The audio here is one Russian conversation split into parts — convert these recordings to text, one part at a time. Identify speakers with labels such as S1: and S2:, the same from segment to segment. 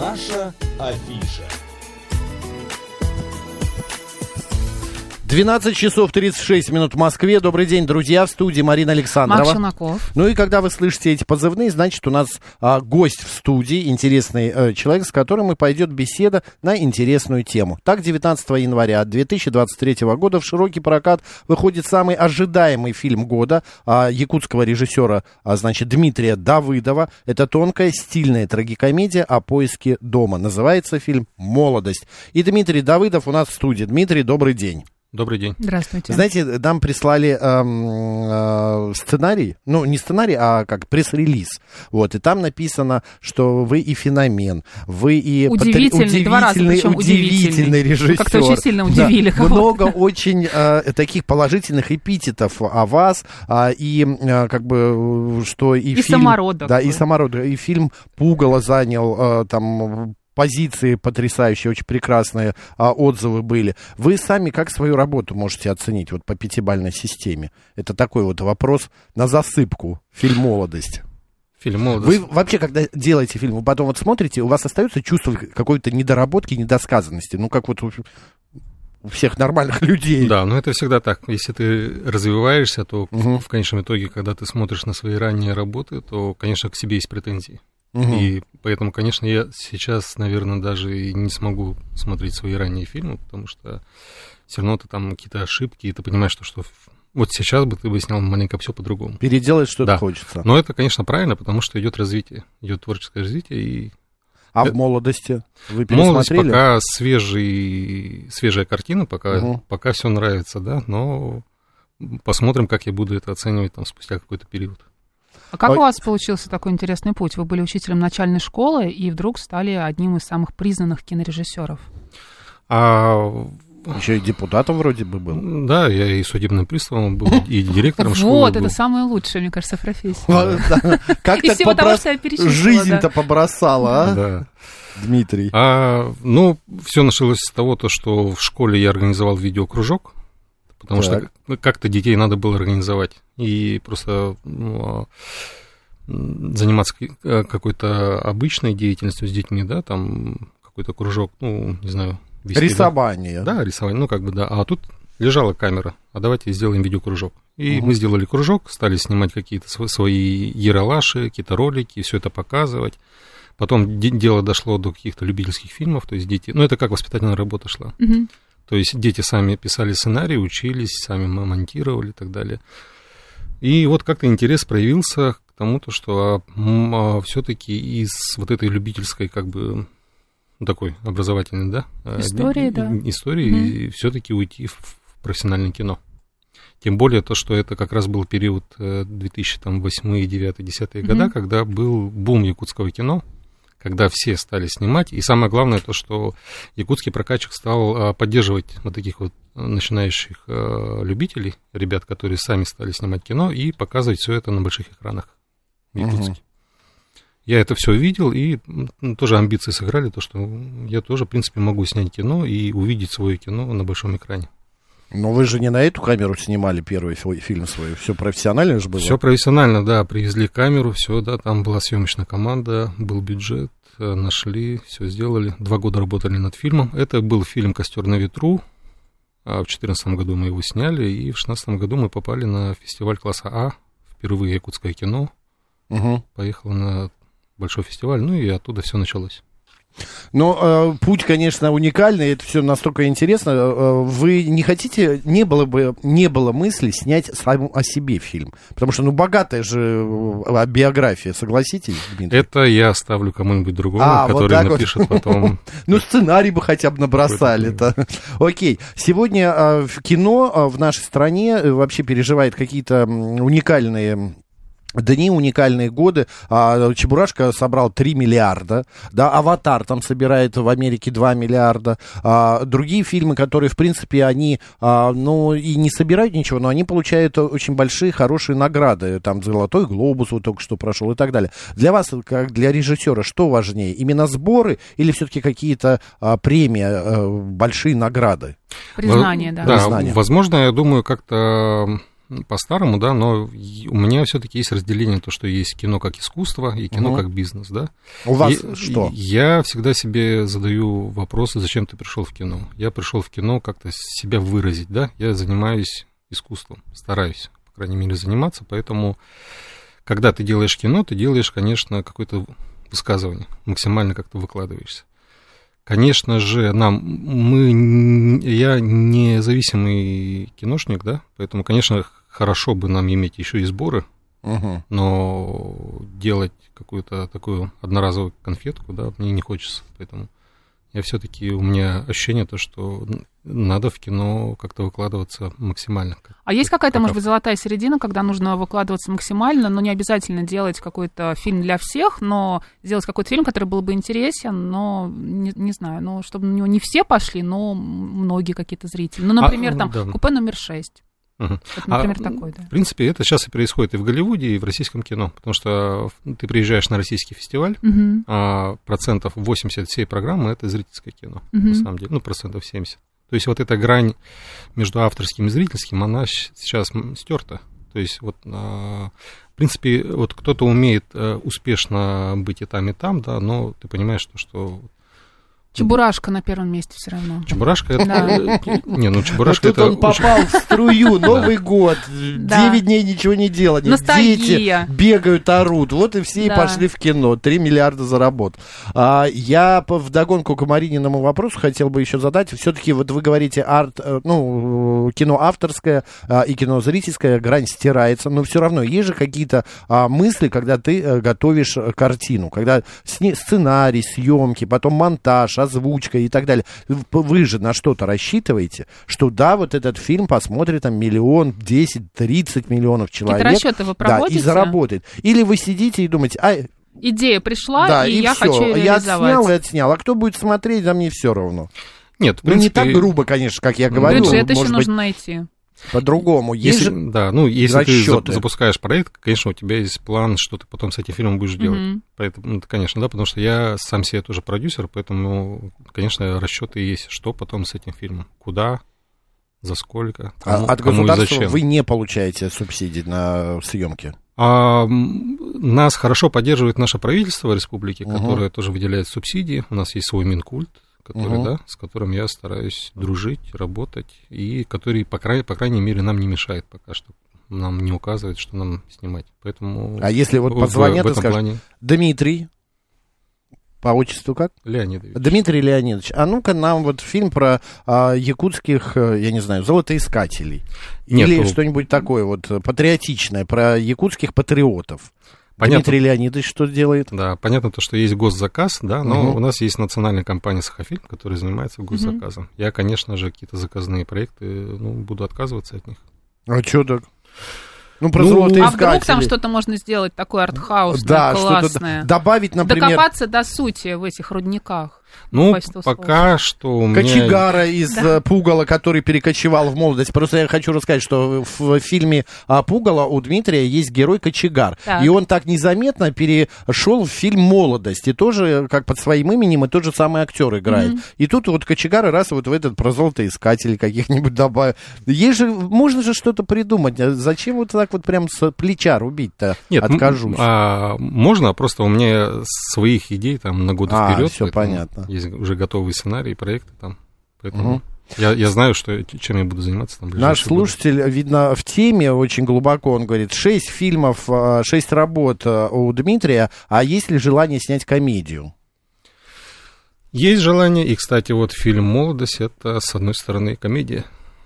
S1: Наша афиша.
S2: 12 часов 36 минут в Москве. Добрый день, друзья. В студии Марина Александрова.
S3: Макс Шунаков.
S2: Ну и когда вы слышите эти позывные, значит, у нас гость в студии, интересный человек, с которым и пойдет беседа на интересную тему. Так, 19 января 2023 года в широкий прокат выходит самый ожидаемый фильм года якутского режиссера, значит, Дмитрия Давыдова. Это тонкая, стильная трагикомедия о поиске дома. Называется фильм «Молодость». И Дмитрий Давыдов у нас в студии. Дмитрий, добрый день.
S4: Добрый день.
S3: Здравствуйте.
S2: Знаете, нам прислали сценарий, ну, не сценарий, а как пресс-релиз. Вот, и там написано, что вы и феномен, вы и удивительный режиссер.
S3: Как-то очень сильно удивили.
S2: Да, много очень таких положительных эпитетов о вас, и как бы, что и фильм...
S3: самородок.
S2: Да, и самородок. И фильм «Пугало» занял там... позиции потрясающие, очень прекрасные отзывы были. Вы сами как свою работу можете оценить вот по пятибалльной системе? Это такой вот вопрос на засыпку. Фильм «Молодость».
S4: Фильм «Молодость».
S2: Вы вообще, когда делаете фильм, вы потом вот смотрите, у вас остается чувство какой-то недоработки, недосказанности? Ну, как вот у всех нормальных людей.
S4: Да, но это всегда так. Если ты развиваешься, то в конечном итоге, когда ты смотришь на свои ранние работы, то, конечно, к себе есть претензии. И поэтому, конечно, я сейчас, наверное, даже и не смогу смотреть свои ранние фильмы, потому что все равно ты там какие-то ошибки, и ты понимаешь, что вот сейчас бы ты бы снял маленько все по-другому.
S2: Переделать что-то хочется.
S4: Но это, конечно, правильно, потому что идет развитие, идет творческое развитие. И...
S2: А в «Молодости» вы пересмотрели?
S4: «Молодость» пока свежая картина, пока все нравится, да, но посмотрим, как я буду это оценивать там спустя какой-то период.
S3: А как у вас получился такой интересный путь? Вы были учителем начальной школы и вдруг стали одним из самых признанных кинорежиссеров.
S2: Еще и депутатом вроде бы был.
S4: Да, я и судебным приставом был, и директором школы был.
S3: Вот, это самая лучшая, мне кажется, профессия.
S2: Как так жизнь-то побросала, а, Дмитрий?
S4: Ну, все началось с того, что в школе я организовал видеокружок, потому что как-то детей надо было организовать. И просто заниматься какой-то обычной деятельностью с детьми, да, там какой-то кружок, ну, не знаю. Вести,
S2: рисование.
S4: Да, рисование, ну, как бы, да. А тут лежала камера, а давайте сделаем видеокружок. И мы сделали кружок, стали снимать какие-то свои ералаши, какие-то ролики, все это показывать. Потом дело дошло до каких-то любительских фильмов, то есть дети... Ну, это как воспитательная работа шла. То есть дети сами писали сценарий, учились, сами монтировали и так далее. И вот как-то интерес проявился к тому, что все-таки из вот этой любительской, как бы, такой образовательной, да, истории все-таки уйти в профессиональное кино. Тем более то, что это как раз был период 2008, 2009, 2010 года, когда был бум якутского кино, когда все стали снимать, и самое главное то, что якутский прокатчик стал поддерживать вот таких вот начинающих любителей, ребят, которые сами стали снимать кино и показывать все это на больших экранах в Якутске. Я это все видел, и тоже амбиции сыграли, то, что я тоже, в принципе, могу снять кино и увидеть свое кино на большом экране.
S2: Но вы же не на эту камеру снимали первый фильм свой, все профессионально же было?
S4: Все профессионально, да, привезли камеру, все, да, там была съемочная команда, был бюджет, нашли, все сделали. 2 года работали над фильмом. Это был фильм «Костер на ветру». В 2014 году мы его сняли, и в 2016 году мы попали на фестиваль класса А, впервые якутское кино. Поехал на большой фестиваль, ну и оттуда все началось.
S2: Но путь, конечно, уникальный, это все настолько интересно. Вы не хотите, не было мысли снять сам о себе фильм? Потому что, богатая же биография, согласитесь, Дмитрий?
S4: Это я оставлю кому-нибудь другому, который вот напишет потом.
S2: Ну, сценарий бы хотя бы набросали-то. Окей. Сегодня кино в нашей стране вообще переживает какие-то уникальные дни, уникальные годы. Чебурашка собрал 3 миллиарда, да, «Аватар» там собирает в Америке 2 миллиарда, другие фильмы, которые, в принципе, они, и не собирают ничего, но они получают очень большие, хорошие награды, там, «Золотой глобус» вот только что прошел и так далее. Для вас, как для режиссера, что важнее, именно сборы или все-таки какие-то премии, большие награды?
S3: Признание, да.
S4: Да, возможно, я думаю, как-то по-старому, да, но у меня все-таки есть разделение, то, что есть кино как искусство и кино как бизнес, да.
S2: У вас что?
S4: Я всегда себе задаю вопросы, зачем ты пришел в кино. Я пришел в кино как-то себя выразить, да. Я занимаюсь искусством, стараюсь, по крайней мере, заниматься, поэтому, когда ты делаешь кино, ты делаешь, конечно, какое-то высказывание, максимально как-то выкладываешься. Конечно же, я независимый киношник, да, поэтому, конечно, хорошо бы нам иметь еще и сборы, но делать какую-то такую одноразовую конфетку, да, мне не хочется, поэтому я все-таки, у меня ощущение то, что надо в кино как-то выкладываться максимально.
S3: А есть какая-то, может быть, золотая середина, когда нужно выкладываться максимально, но не обязательно делать какой-то фильм для всех, но сделать какой-то фильм, который был бы интересен, но, не знаю, ну, чтобы на него не все пошли, но многие какие-то зрители. Ну, например, там, да. «Купе номер 6». Это, например, такой, да.
S4: В принципе, это сейчас и происходит и в Голливуде, и в российском кино, потому что ты приезжаешь на российский фестиваль, а 80% всей программы — это зрительское кино, на самом деле, 70%. То есть вот эта грань между авторским и зрительским, она сейчас стерта. То есть вот, в принципе, вот кто-то умеет успешно быть и там, да, но ты понимаешь, что
S3: Чебурашка на первом месте все равно.
S4: Чебурашка это... Не, ну Чебурашка
S2: это... Тут он попал в струю, Новый год, 9 дней ничего не делали, дети бегают, орут, вот и все и пошли в кино, 3 миллиарда заработал. Я вдогонку к Марининому вопросу хотел бы еще задать, все-таки вот вы говорите, кино авторское и кино зрительское, грань стирается, но все равно есть же какие-то мысли, когда ты готовишь картину, когда сценарий, съемки, потом монтаж, озвучка и так далее. Вы же на что-то рассчитываете, что да, вот этот фильм посмотрит там 1, 10, 30 миллионов человек.
S3: Какие-то расчеты вы проводите?
S2: Да, и заработает. Или вы сидите и думаете,
S3: идея пришла,
S2: да,
S3: и я
S2: все.
S3: хочу ее реализовать.
S2: Я отснял, а кто будет смотреть, да мне все равно.
S4: Нет, в принципе...
S2: не так грубо, конечно, как я говорю.
S3: Бюджет еще нужно найти.
S2: По-другому.
S4: Если
S2: расчеты.
S4: Ты запускаешь проект, конечно, у тебя есть план, что ты потом с этим фильмом будешь делать. Поэтому, конечно, да, потому что я сам себе тоже продюсер, поэтому, конечно, расчеты есть, что потом с этим фильмом, куда, за сколько,
S2: от
S4: кому
S2: государства
S4: и зачем.
S2: Вы не получаете субсидий на съемки?
S4: Нас хорошо поддерживает наше правительство республики, которое тоже выделяет субсидии. У нас есть свой Минкульт, который, с которым я стараюсь дружить, работать, и который, по крайней мере, нам не мешает пока что, нам не указывает, что нам снимать. Поэтому
S2: а если вот позвонят и скажут, Дмитрий, по отчеству как?
S4: Леонидович.
S2: Дмитрий Леонидович, а ну-ка нам вот фильм про якутских, я не знаю, золотоискателей. Или что-нибудь такое вот патриотичное, про якутских патриотов. Понятно. Дмитрий Леонидович что делает?
S4: Да, понятно то, что есть госзаказ, да, но у нас есть национальная компания «Сахафильм», которая занимается госзаказом. Я, конечно же, какие-то заказные проекты, буду отказываться от них.
S2: А что так? Про золотоискателей.
S3: А вдруг там что-то можно сделать такое артхаусное, классное?
S2: Добавить, например...
S3: Докопаться до сути в этих рудниках.
S4: Пока что у меня...
S2: Кочегара из «Пугала», который перекочевал в молодость. Просто я хочу рассказать, что в фильме «Пугало» у Дмитрия есть герой-кочегар. Так. И он так незаметно перешел в фильм «Молодость». И тоже, как под своим именем, и тот же самый актер играет. И тут вот кочегары раз вот в этот про золотоискателей каких-нибудь добавил. Можно же что-то придумать. Зачем вот так вот прям с плеча рубить-то?
S4: Нет,
S2: откажусь.
S4: Можно, просто у меня своих идей там на годы вперед.
S2: Все понятно.
S4: Есть уже готовые сценарии, проекты там. Поэтому я знаю, чем я буду заниматься там.
S2: Наш слушатель, видно, в теме очень глубоко. Он говорит, 6 фильмов, 6 работ у Дмитрия, а есть ли желание снять комедию?
S4: Есть желание. И, кстати, вот фильм «Молодость» — это, с одной стороны, комедия.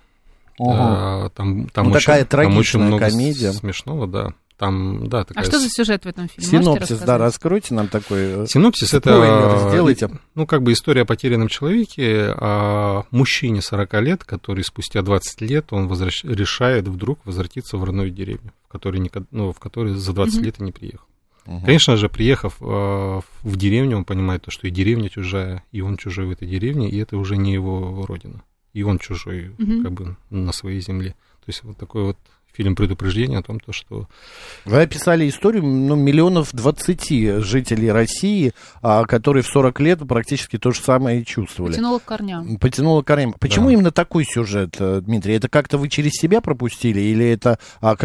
S4: Там
S2: такая трагичная
S4: много
S2: комедия.
S4: Смешного, да. Там, да, такая...
S3: А что за сюжет в этом фильме?
S2: Синопсис, да, раскройте нам такой.
S4: Синопсис — это,
S2: сделайте.
S4: История о потерянном человеке, о мужчине 40 лет, который спустя 20 лет он решает вдруг возвратиться в родную деревню, в которой за 20 лет и не приехал. Конечно же, приехав в деревню, он понимает, что и деревня чужая, и он чужой в этой деревне, и это уже не его родина. И он чужой, как бы, на своей земле. То есть вот такой вот фильм предупреждение о том, что...
S2: Вы описали историю, 20 миллионов жителей России, которые в 40 лет практически то же самое и чувствовали.
S3: Потянуло к корням.
S2: Потянуло к корням. Почему именно такой сюжет, Дмитрий? Это как-то вы через себя пропустили? Или это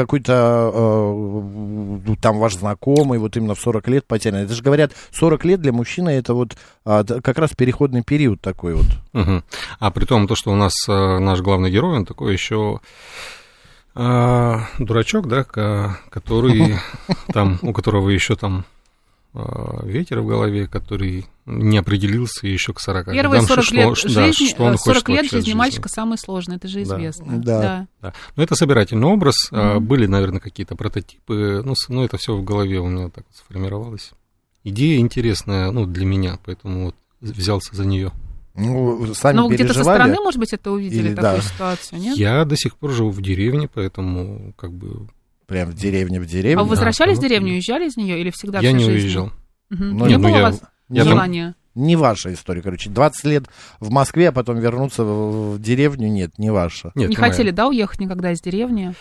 S2: какой-то там ваш знакомый вот именно в 40 лет потерян? Это же говорят, 40 лет для мужчины это вот как раз переходный период такой вот.
S4: Угу. А при том, что у нас наш главный герой, он такой еще... дурачок, да, который там, у которого еще там ветер в голове, который не определился еще к 40 годам.
S3: Первые 40 лет жизни,
S4: что он
S3: 40 лет жизни мальчика самое сложное, это же известно.
S2: Да.
S4: Но это собирательный образ, были, наверное, какие-то прототипы, но это все в голове у меня так сформировалось. Идея интересная, для меня, поэтому вот взялся за нее.
S2: Сами
S3: вы где-то со стороны, может быть, это увидели, такую ситуацию, нет?
S4: Я до сих пор живу в деревне, поэтому как бы...
S2: Прям в деревне?
S3: А вы возвращались в деревню, уезжали из нее или всегда
S4: я
S3: всю
S4: не
S3: жизнь?
S4: уезжал.
S3: Не было у вас желания?
S2: Не ваша история, короче. 20 лет в Москве, а потом вернуться в деревню, нет, не ваша.
S3: Не хотели, да, уехать никогда из деревни?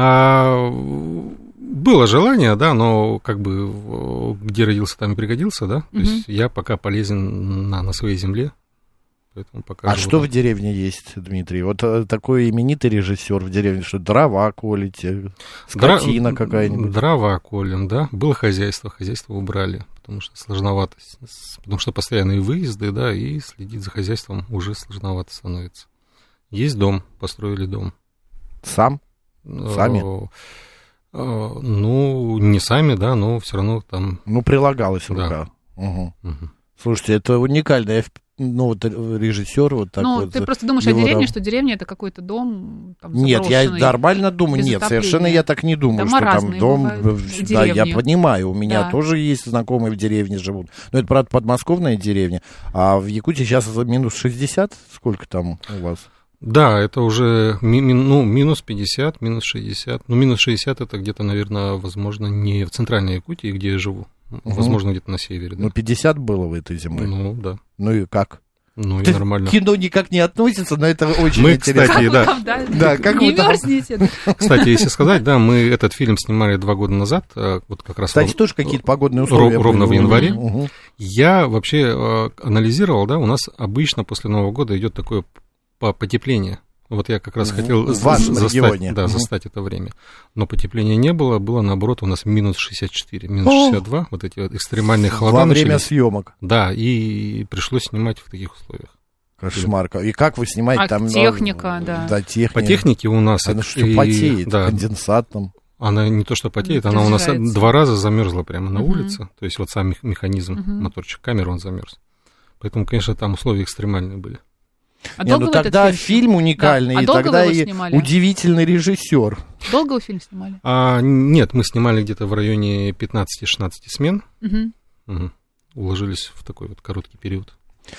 S4: Было желание, да, но как бы где родился, там и пригодился, да. То есть я пока полезен на своей земле.
S2: Что в деревне есть, Дмитрий? Вот такой именитый режиссер в деревне, что дрова колите, скотина какая-нибудь.
S4: Дрова колем, да. Было хозяйство убрали, потому что сложновато. Потому что постоянные выезды, да, и следить за хозяйством уже сложновато становится. Есть дом, построили дом.
S2: Сами?
S4: Не сами, да, но все равно там...
S2: прилагалась рука.
S4: Да.
S2: Угу. Слушайте, это уникально. Режиссер вот так вот.
S3: Ты просто думаешь о деревне, что деревня это какой-то дом там,
S2: Нет, я нормально думаю. Нет, совершенно я так не думаю,
S3: дома
S2: что там дом. Да, я понимаю, у меня тоже есть знакомые в деревне живут. Но это, правда, подмосковная деревня. А в Якутии сейчас минус 60. Сколько там у вас?
S4: Да, это уже минус 50, минус 60. Минус 60 это где-то, наверное, возможно, не в центральной Якутии, где я живу. Возможно, где-то на севере. Да?
S2: 50 было в этой зимой.
S4: Да.
S2: И как?
S4: И нормально.
S2: Кино никак не относится, но это очень
S4: мы,
S2: интересно.
S4: Кстати,
S3: да, как не мерзните.
S4: Кстати, если сказать, да, мы этот фильм снимали 2 года назад, вот как раз...
S2: Кстати, тоже какие-то погодные условия.
S4: Ровно в январе. Я вообще анализировал, да, у нас обычно после Нового года идет такое потепление. Вот я как раз хотел застать это время. Но потепления не было, было наоборот у нас минус 64, минус 62, вот эти вот экстремальные холода.
S2: Во время съемок.
S4: Да, и пришлось снимать в таких условиях.
S2: Кошмар. И как вы снимаете там?
S3: Техника, да.
S2: Да, техника.
S4: По технике у нас...
S2: Она что, потеет, конденсат там.
S4: Она не то что потеет, она у нас 2 раза замерзла прямо на улице. То есть вот сам механизм, моторчик камеры, он замерз. Поэтому, конечно, там условия экстремальные были.
S2: Тогда фильм уникальный, и тогда и удивительный режиссер.
S3: Долго вы фильм снимали?
S4: Нет, мы снимали где-то в районе 15-16 смен. Уложились в такой вот короткий период.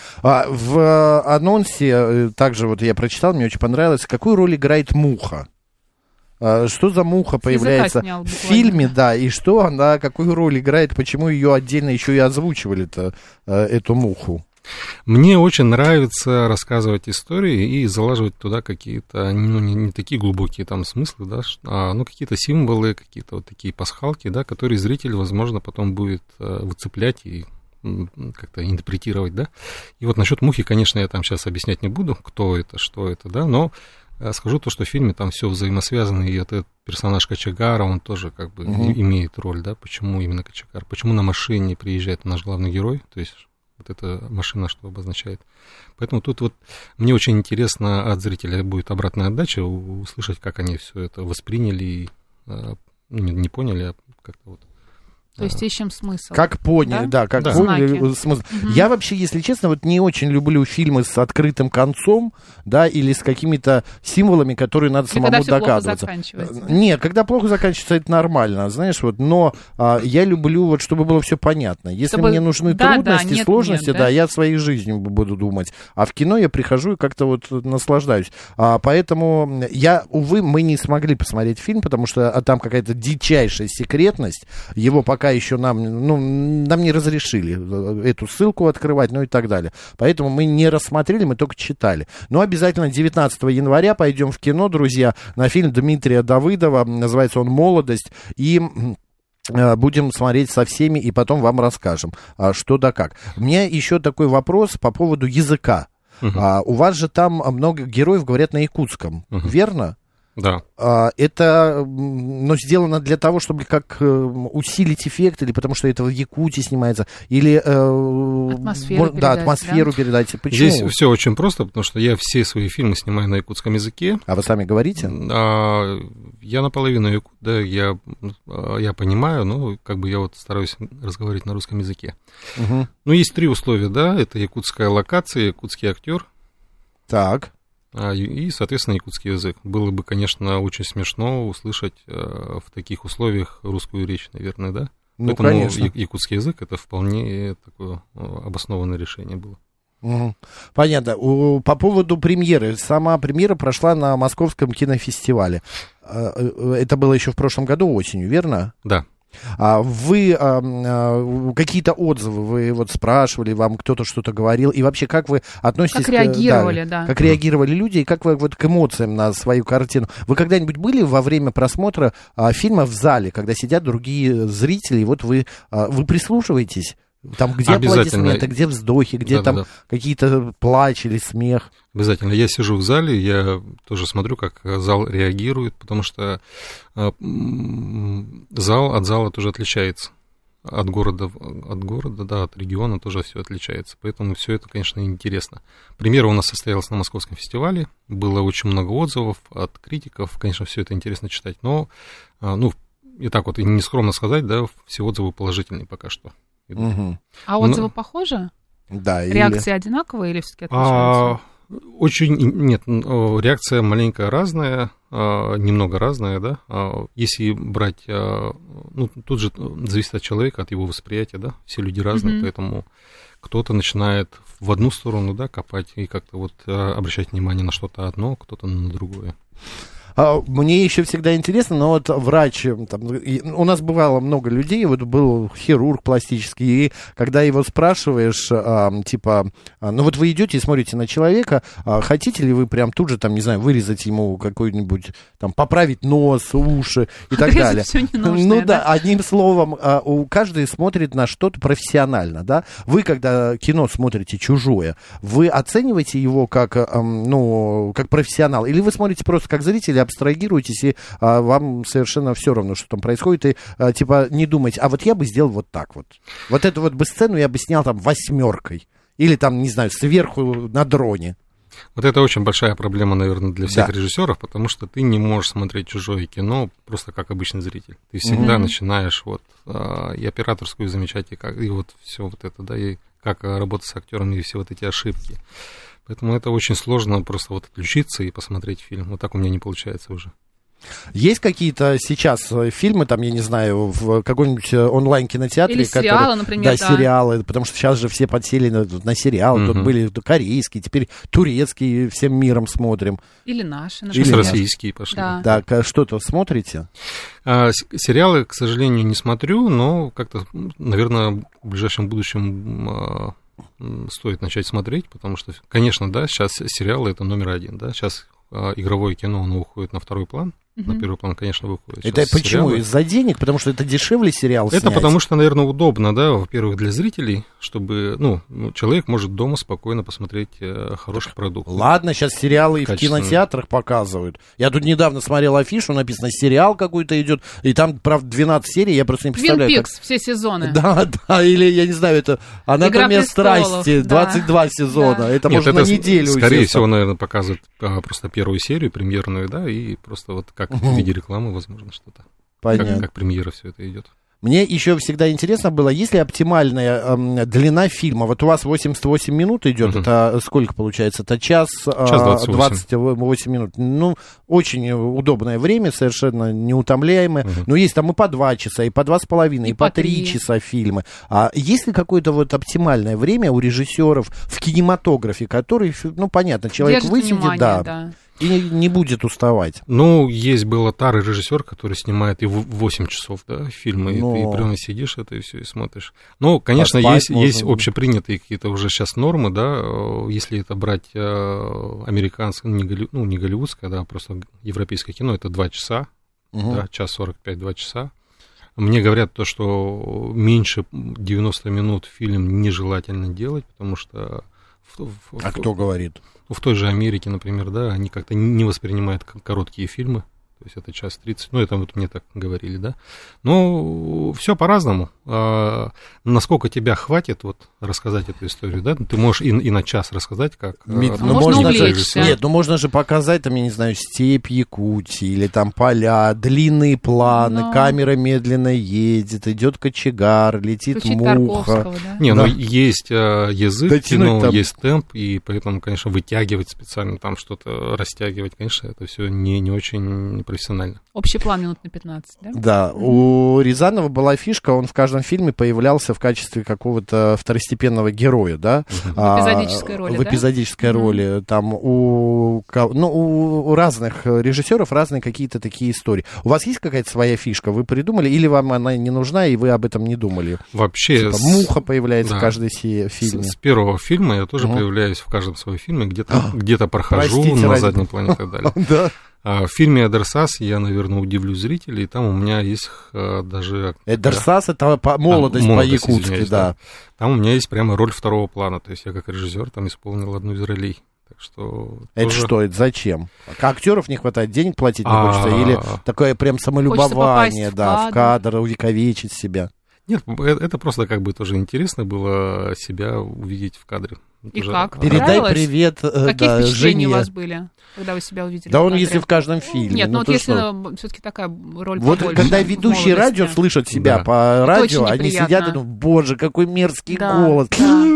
S2: В анонсе, также вот я прочитал, мне очень понравилось, какую роль играет муха? Что за муха появляется в фильме, да, и что она, какую роль играет, почему ее отдельно еще и озвучивали-то, эту муху?
S4: Мне очень нравится рассказывать истории и залаживать туда какие-то, не такие глубокие там смыслы, да, какие-то символы, какие-то вот такие пасхалки, да, которые зритель, возможно, потом будет выцеплять и как-то интерпретировать, да. И вот насчет мухи, конечно, я там сейчас объяснять не буду, кто это, что это, да, но скажу то, что в фильме там все взаимосвязано, и этот персонаж Кочегара, он тоже как бы имеет роль, да, почему именно Кочегар, почему на машине приезжает наш главный герой, то есть вот эта машина что обозначает. Поэтому тут вот мне очень интересно от зрителя будет обратная отдача, услышать, как они все это восприняли и не поняли, а как-то вот.
S3: То есть ищем смысл.
S2: Как поняли, да, как поняли смысл. Я вообще, если честно, вот не очень люблю фильмы с открытым концом, да, или с какими-то символами, которые надо самому доказываться. Нет, когда плохо заканчивается, это нормально, знаешь, вот, но я люблю, вот, чтобы было все понятно. Если мне нужны трудности, сложности, я своей жизнью буду думать. А в кино я прихожу и как-то вот наслаждаюсь. Поэтому увы, мы не смогли посмотреть фильм, потому что там какая-то дичайшая секретность, его пока пока еще нам не разрешили эту ссылку открывать, ну и так далее. Поэтому мы не рассмотрели, мы только читали. Но обязательно 19 января пойдем в кино, друзья, на фильм Дмитрия Давыдова, называется он «Молодость», и будем смотреть со всеми, и потом вам расскажем, что да как. У меня еще такой вопрос по поводу языка. У вас же там много героев говорят на якутском, верно?
S4: Да.
S2: Это сделано для того, чтобы как усилить эффект, или потому что это в Якутии снимается, или атмосферу передать. Почему?
S4: Здесь все очень просто, потому что я все свои фильмы снимаю на якутском языке.
S2: А вы сами говорите?
S4: Я наполовину якут, да, я понимаю, но как бы я вот стараюсь разговаривать на русском языке. Ну, есть 3 условия, да, это якутская локация, якутский актер.
S2: Так.
S4: И, соответственно, якутский язык. Было бы, конечно, очень смешно услышать в таких условиях русскую речь, наверное, да?
S2: Ну,
S4: поэтому
S2: конечно.
S4: Якутский язык — это вполне такое обоснованное решение было.
S2: Понятно. По поводу премьеры. Сама премьера прошла на Московском кинофестивале. Это было еще в прошлом году осенью, верно?
S4: Да.
S2: Вы какие-то отзывы, вы вот спрашивали, вам кто-то что-то говорил, и вообще как вы относитесь...
S3: Как реагировали, да.
S2: Как реагировали люди, и как вы вот к эмоциям на свою картину. Вы когда-нибудь были во время просмотра фильма в зале, когда сидят другие зрители, и вот вы прислушиваетесь? Там где аплодисменты, где вздохи, где какие-то плач или смех.
S4: Обязательно. Я сижу в зале, я тоже смотрю, как зал реагирует, потому что зал от зала тоже отличается. От города, да, от региона тоже все отличается. Поэтому все это, конечно, интересно. Премьера у нас состоялась на Московском фестивале. Было очень много отзывов от критиков. Конечно, все это интересно читать. Но, и так вот, и не скромно сказать, да, все отзывы положительные пока что.
S3: А отзывы похожи?
S2: Да.
S3: Реакции одинаковые или все-таки отличаются?
S4: Нет, реакция маленькая разная, немного разная, да. Если брать, тут же зависит от человека, от его восприятия, да. Все люди разные, поэтому кто-то начинает в одну сторону, да, копать и как-то вот обращать внимание на что-то одно, кто-то на другое.
S2: Мне еще всегда интересно, но вот врач, у нас бывало много людей, вот был хирург пластический, и когда его спрашиваешь, вот вы идете и смотрите на человека, хотите ли вы прям тут же, не знаю, вырезать ему какой-нибудь, поправить нос, уши и так далее. Одним словом, каждый смотрит на что-то профессионально, да. Вы, когда кино смотрите чужое, вы оцениваете его как профессионал, или вы смотрите просто как зритель, абстрагируетесь, и вам совершенно все равно, что там происходит, и не думайте, а вот я бы сделал вот так вот. Вот эту вот бы сцену я бы снял 8, или не знаю, сверху на дроне.
S4: Вот это очень большая проблема, наверное, для всех режиссеров, потому что ты не можешь смотреть чужое кино просто как обычный зритель. Ты всегда начинаешь и операторскую замечать, и вот все вот это, да, и как работать с актерами, и все вот эти ошибки. Поэтому это очень сложно просто отключиться и посмотреть фильм. Вот так у меня не получается уже.
S2: Есть какие-то сейчас фильмы, я не знаю, в каком-нибудь онлайн-кинотеатре?
S3: Или сериалы, например,
S2: да. Сериалы, потому что сейчас же все подсели на сериалы. Тут были корейские, теперь турецкие, всем миром смотрим.
S3: Или наши,
S4: например. Сейчас российские пошли.
S3: Да.
S2: Так, что-то смотрите?
S4: Сериалы, к сожалению, не смотрю, но как-то, наверное, в ближайшем будущем стоит начать смотреть, потому что, конечно, да, сейчас сериалы — это номер 1, да, сейчас игровое кино, оно уходит на второй план, на первый план, конечно, выходит.
S2: Это почему? Сериалы. Из-за денег? Потому что это дешевле сериал снять?
S4: Это потому что, наверное, удобно, да, во-первых, для зрителей, чтобы, человек может дома спокойно посмотреть хороший продукт.
S2: Ладно, сейчас сериалы и в кинотеатрах показывают. Я тут недавно смотрел афишу, написано, сериал какой-то идет, и там, правда, 12 серий, я просто не представляю.
S3: Твин Пикс, все сезоны.
S2: Да, или, я не знаю, это «Анатомия страсти», 22 сезона, это можно на неделю.
S4: Скорее всего, наверное, показывают просто первую серию, премьерную, да, и просто вот как в виде рекламы, возможно, что-то.
S2: Понятно.
S4: Как премьера все это идет.
S2: Мне еще всегда интересно было, есть ли оптимальная длина фильма? Вот у вас 88 минут идет, это сколько получается? Это час 28 минут. Очень удобное время, совершенно неутомляемое. Но есть там и по 2 часа, и по 2,5, и по 3 часа фильмы. А есть ли какое-то оптимальное время у режиссеров в кинематографе, который, понятно, человек высидит, да. И не будет уставать.
S4: Ну, есть был старый режиссер, который снимает и в 8 часов, да, фильмы, и ты прямо сидишь это и все, и смотришь. Ну, конечно, есть общепринятые какие-то уже сейчас нормы, да, если это брать американское, не голливудское, да, просто европейское кино, это 2 часа, да, час 45, 2 часа. Мне говорят то, что меньше 90 минут фильм нежелательно делать, потому что...
S2: кто говорит?
S4: В той же Америке, например, да, они как-то не воспринимают короткие фильмы, то есть это час 30, ну, это вот мне так говорили, да. Но все по-разному. Насколько тебя хватит вот рассказать эту историю, да? Ты можешь и на час рассказать, как...
S3: можно увлечься.
S2: Нет, ну можно же показать, там, я не знаю, степь Якутии, или там поля, длинные планы, камера медленно едет, идет кочегар, летит муха.
S3: Да?
S4: Не, ну есть язык, кино, есть темп, и поэтому, конечно, вытягивать специально, там что-то растягивать, конечно, это все не очень профессионально.
S3: Общий план минут на 15, да?
S2: Да, у Рязанова была фишка, он в каждом фильме появлялся в качестве какого-то второстепенного героя, да?
S3: В эпизодической роли,
S2: в эпизодической роли. Там у разных режиссеров разные какие-то такие истории. У вас есть какая-то своя фишка? Вы придумали, или вам она не нужна, и вы об этом не думали?
S4: Вообще...
S2: Типа, муха появляется в каждом фильме.
S4: С первого фильма я тоже появляюсь в каждом своем фильме, где-то прохожу на заднем плане и так далее.
S2: Да.
S4: В фильме «Эдерсас» я, наверное, удивлю зрителей, там у меня есть даже...
S2: «Эдерсас» — это молодость по-якутски, да.
S4: Там у меня есть прямо роль второго плана, то есть я как режиссер там исполнил одну из ролей. Так что
S2: это тоже... что, это зачем? Актеров не хватает, денег платить не хочется? Или такое прям самолюбование, в кадр, увековечить себя?
S4: Нет, это просто как бы тоже интересно было себя увидеть в кадре.
S3: И как?
S2: Передай привет
S3: Какие впечатления у вас были, когда вы себя увидели?
S2: Да он если в каждом фильме.
S3: Нет, ну вот если все-таки такая роль
S2: вот
S3: побольше.
S2: Когда ведущие радио слышат себя по радио, они сидят и думают, боже, какой мерзкий голос.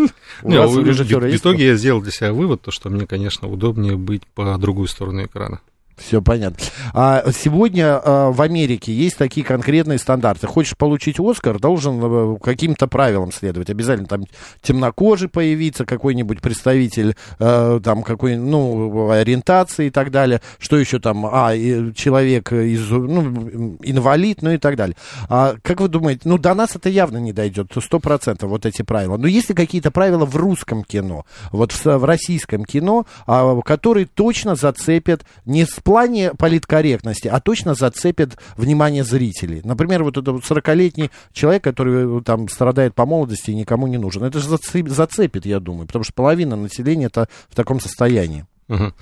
S4: В итоге я сделал для себя вывод, что мне, конечно, удобнее быть по другую сторону экрана.
S2: Все понятно. Сегодня в Америке есть такие конкретные стандарты. Хочешь получить Оскар, должен каким-то правилам следовать. Обязательно там темнокожий появиться, какой-нибудь представитель там какой, ориентации и так далее. Что еще там? Человек инвалид, ну и так далее. Как вы думаете, до нас это явно не дойдет, 100% вот эти правила. Но есть ли какие-то правила в русском кино, вот в российском кино, которые точно зацепят не в плане политкорректности, а точно зацепит внимание зрителей. Например, вот этот 40-летний человек, который там страдает по молодости и никому не нужен. Это же зацепит, я думаю, потому что половина населения это в таком состоянии.
S4: Угу.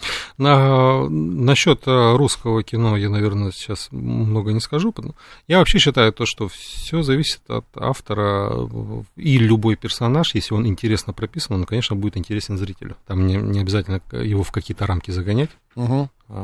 S4: Насчет русского кино я, наверное, сейчас много не скажу. Я вообще считаю то, что все зависит от автора, и любой персонаж, если он интересно прописан, он, конечно, будет интересен зрителю. Там не обязательно его в какие-то рамки загонять.
S2: Угу.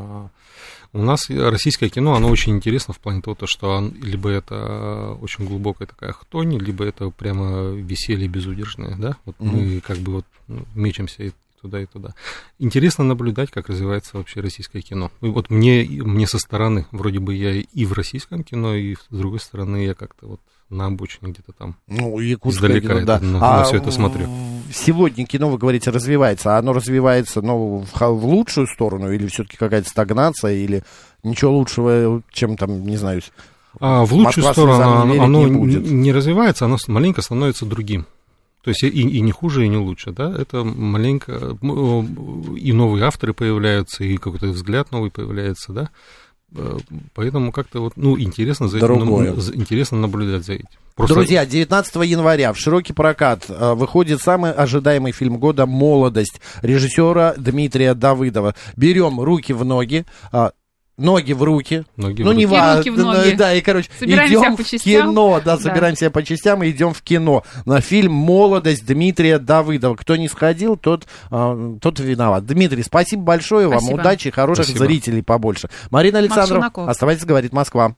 S4: У нас российское кино, оно очень интересно в плане того, что либо это очень глубокая такая хтонь, либо это прямо веселье безудержное, да? Вот мы как бы мечемся и туда, и туда. Интересно наблюдать, как развивается вообще российское кино. И вот мне со стороны, вроде бы я и в российском кино, и с другой стороны я как-то вот на обочине где-то там издалека
S2: кино, да.
S4: на все это смотрю.
S2: Сегодня кино, вы говорите, развивается. Оно развивается в лучшую сторону или все-таки какая-то стагнация, или ничего лучшего, чем там, не знаю...
S4: в лучшую сторону оно не развивается, оно маленько становится другим. То есть и не хуже, и не лучше, да, это маленько, и новые авторы появляются, и какой-то взгляд новый появляется, да, поэтому как-то интересно наблюдать за этим.
S2: Друзья, 19 января в широкий прокат выходит самый ожидаемый фильм года «Молодость» режиссера Дмитрия Давыдова. Берем руки в ноги, ноги в руки.
S3: Не важно. Руки в ноги.
S2: Да, и, идем в кино. Да, собираем себя по частям и идем в кино. На фильм «Молодость» Дмитрия Давыдова. Кто не сходил, тот виноват. Дмитрий, спасибо большое вам. Удачи, хороших зрителей побольше. Марина Александрова, оставайтесь, говорит Москва.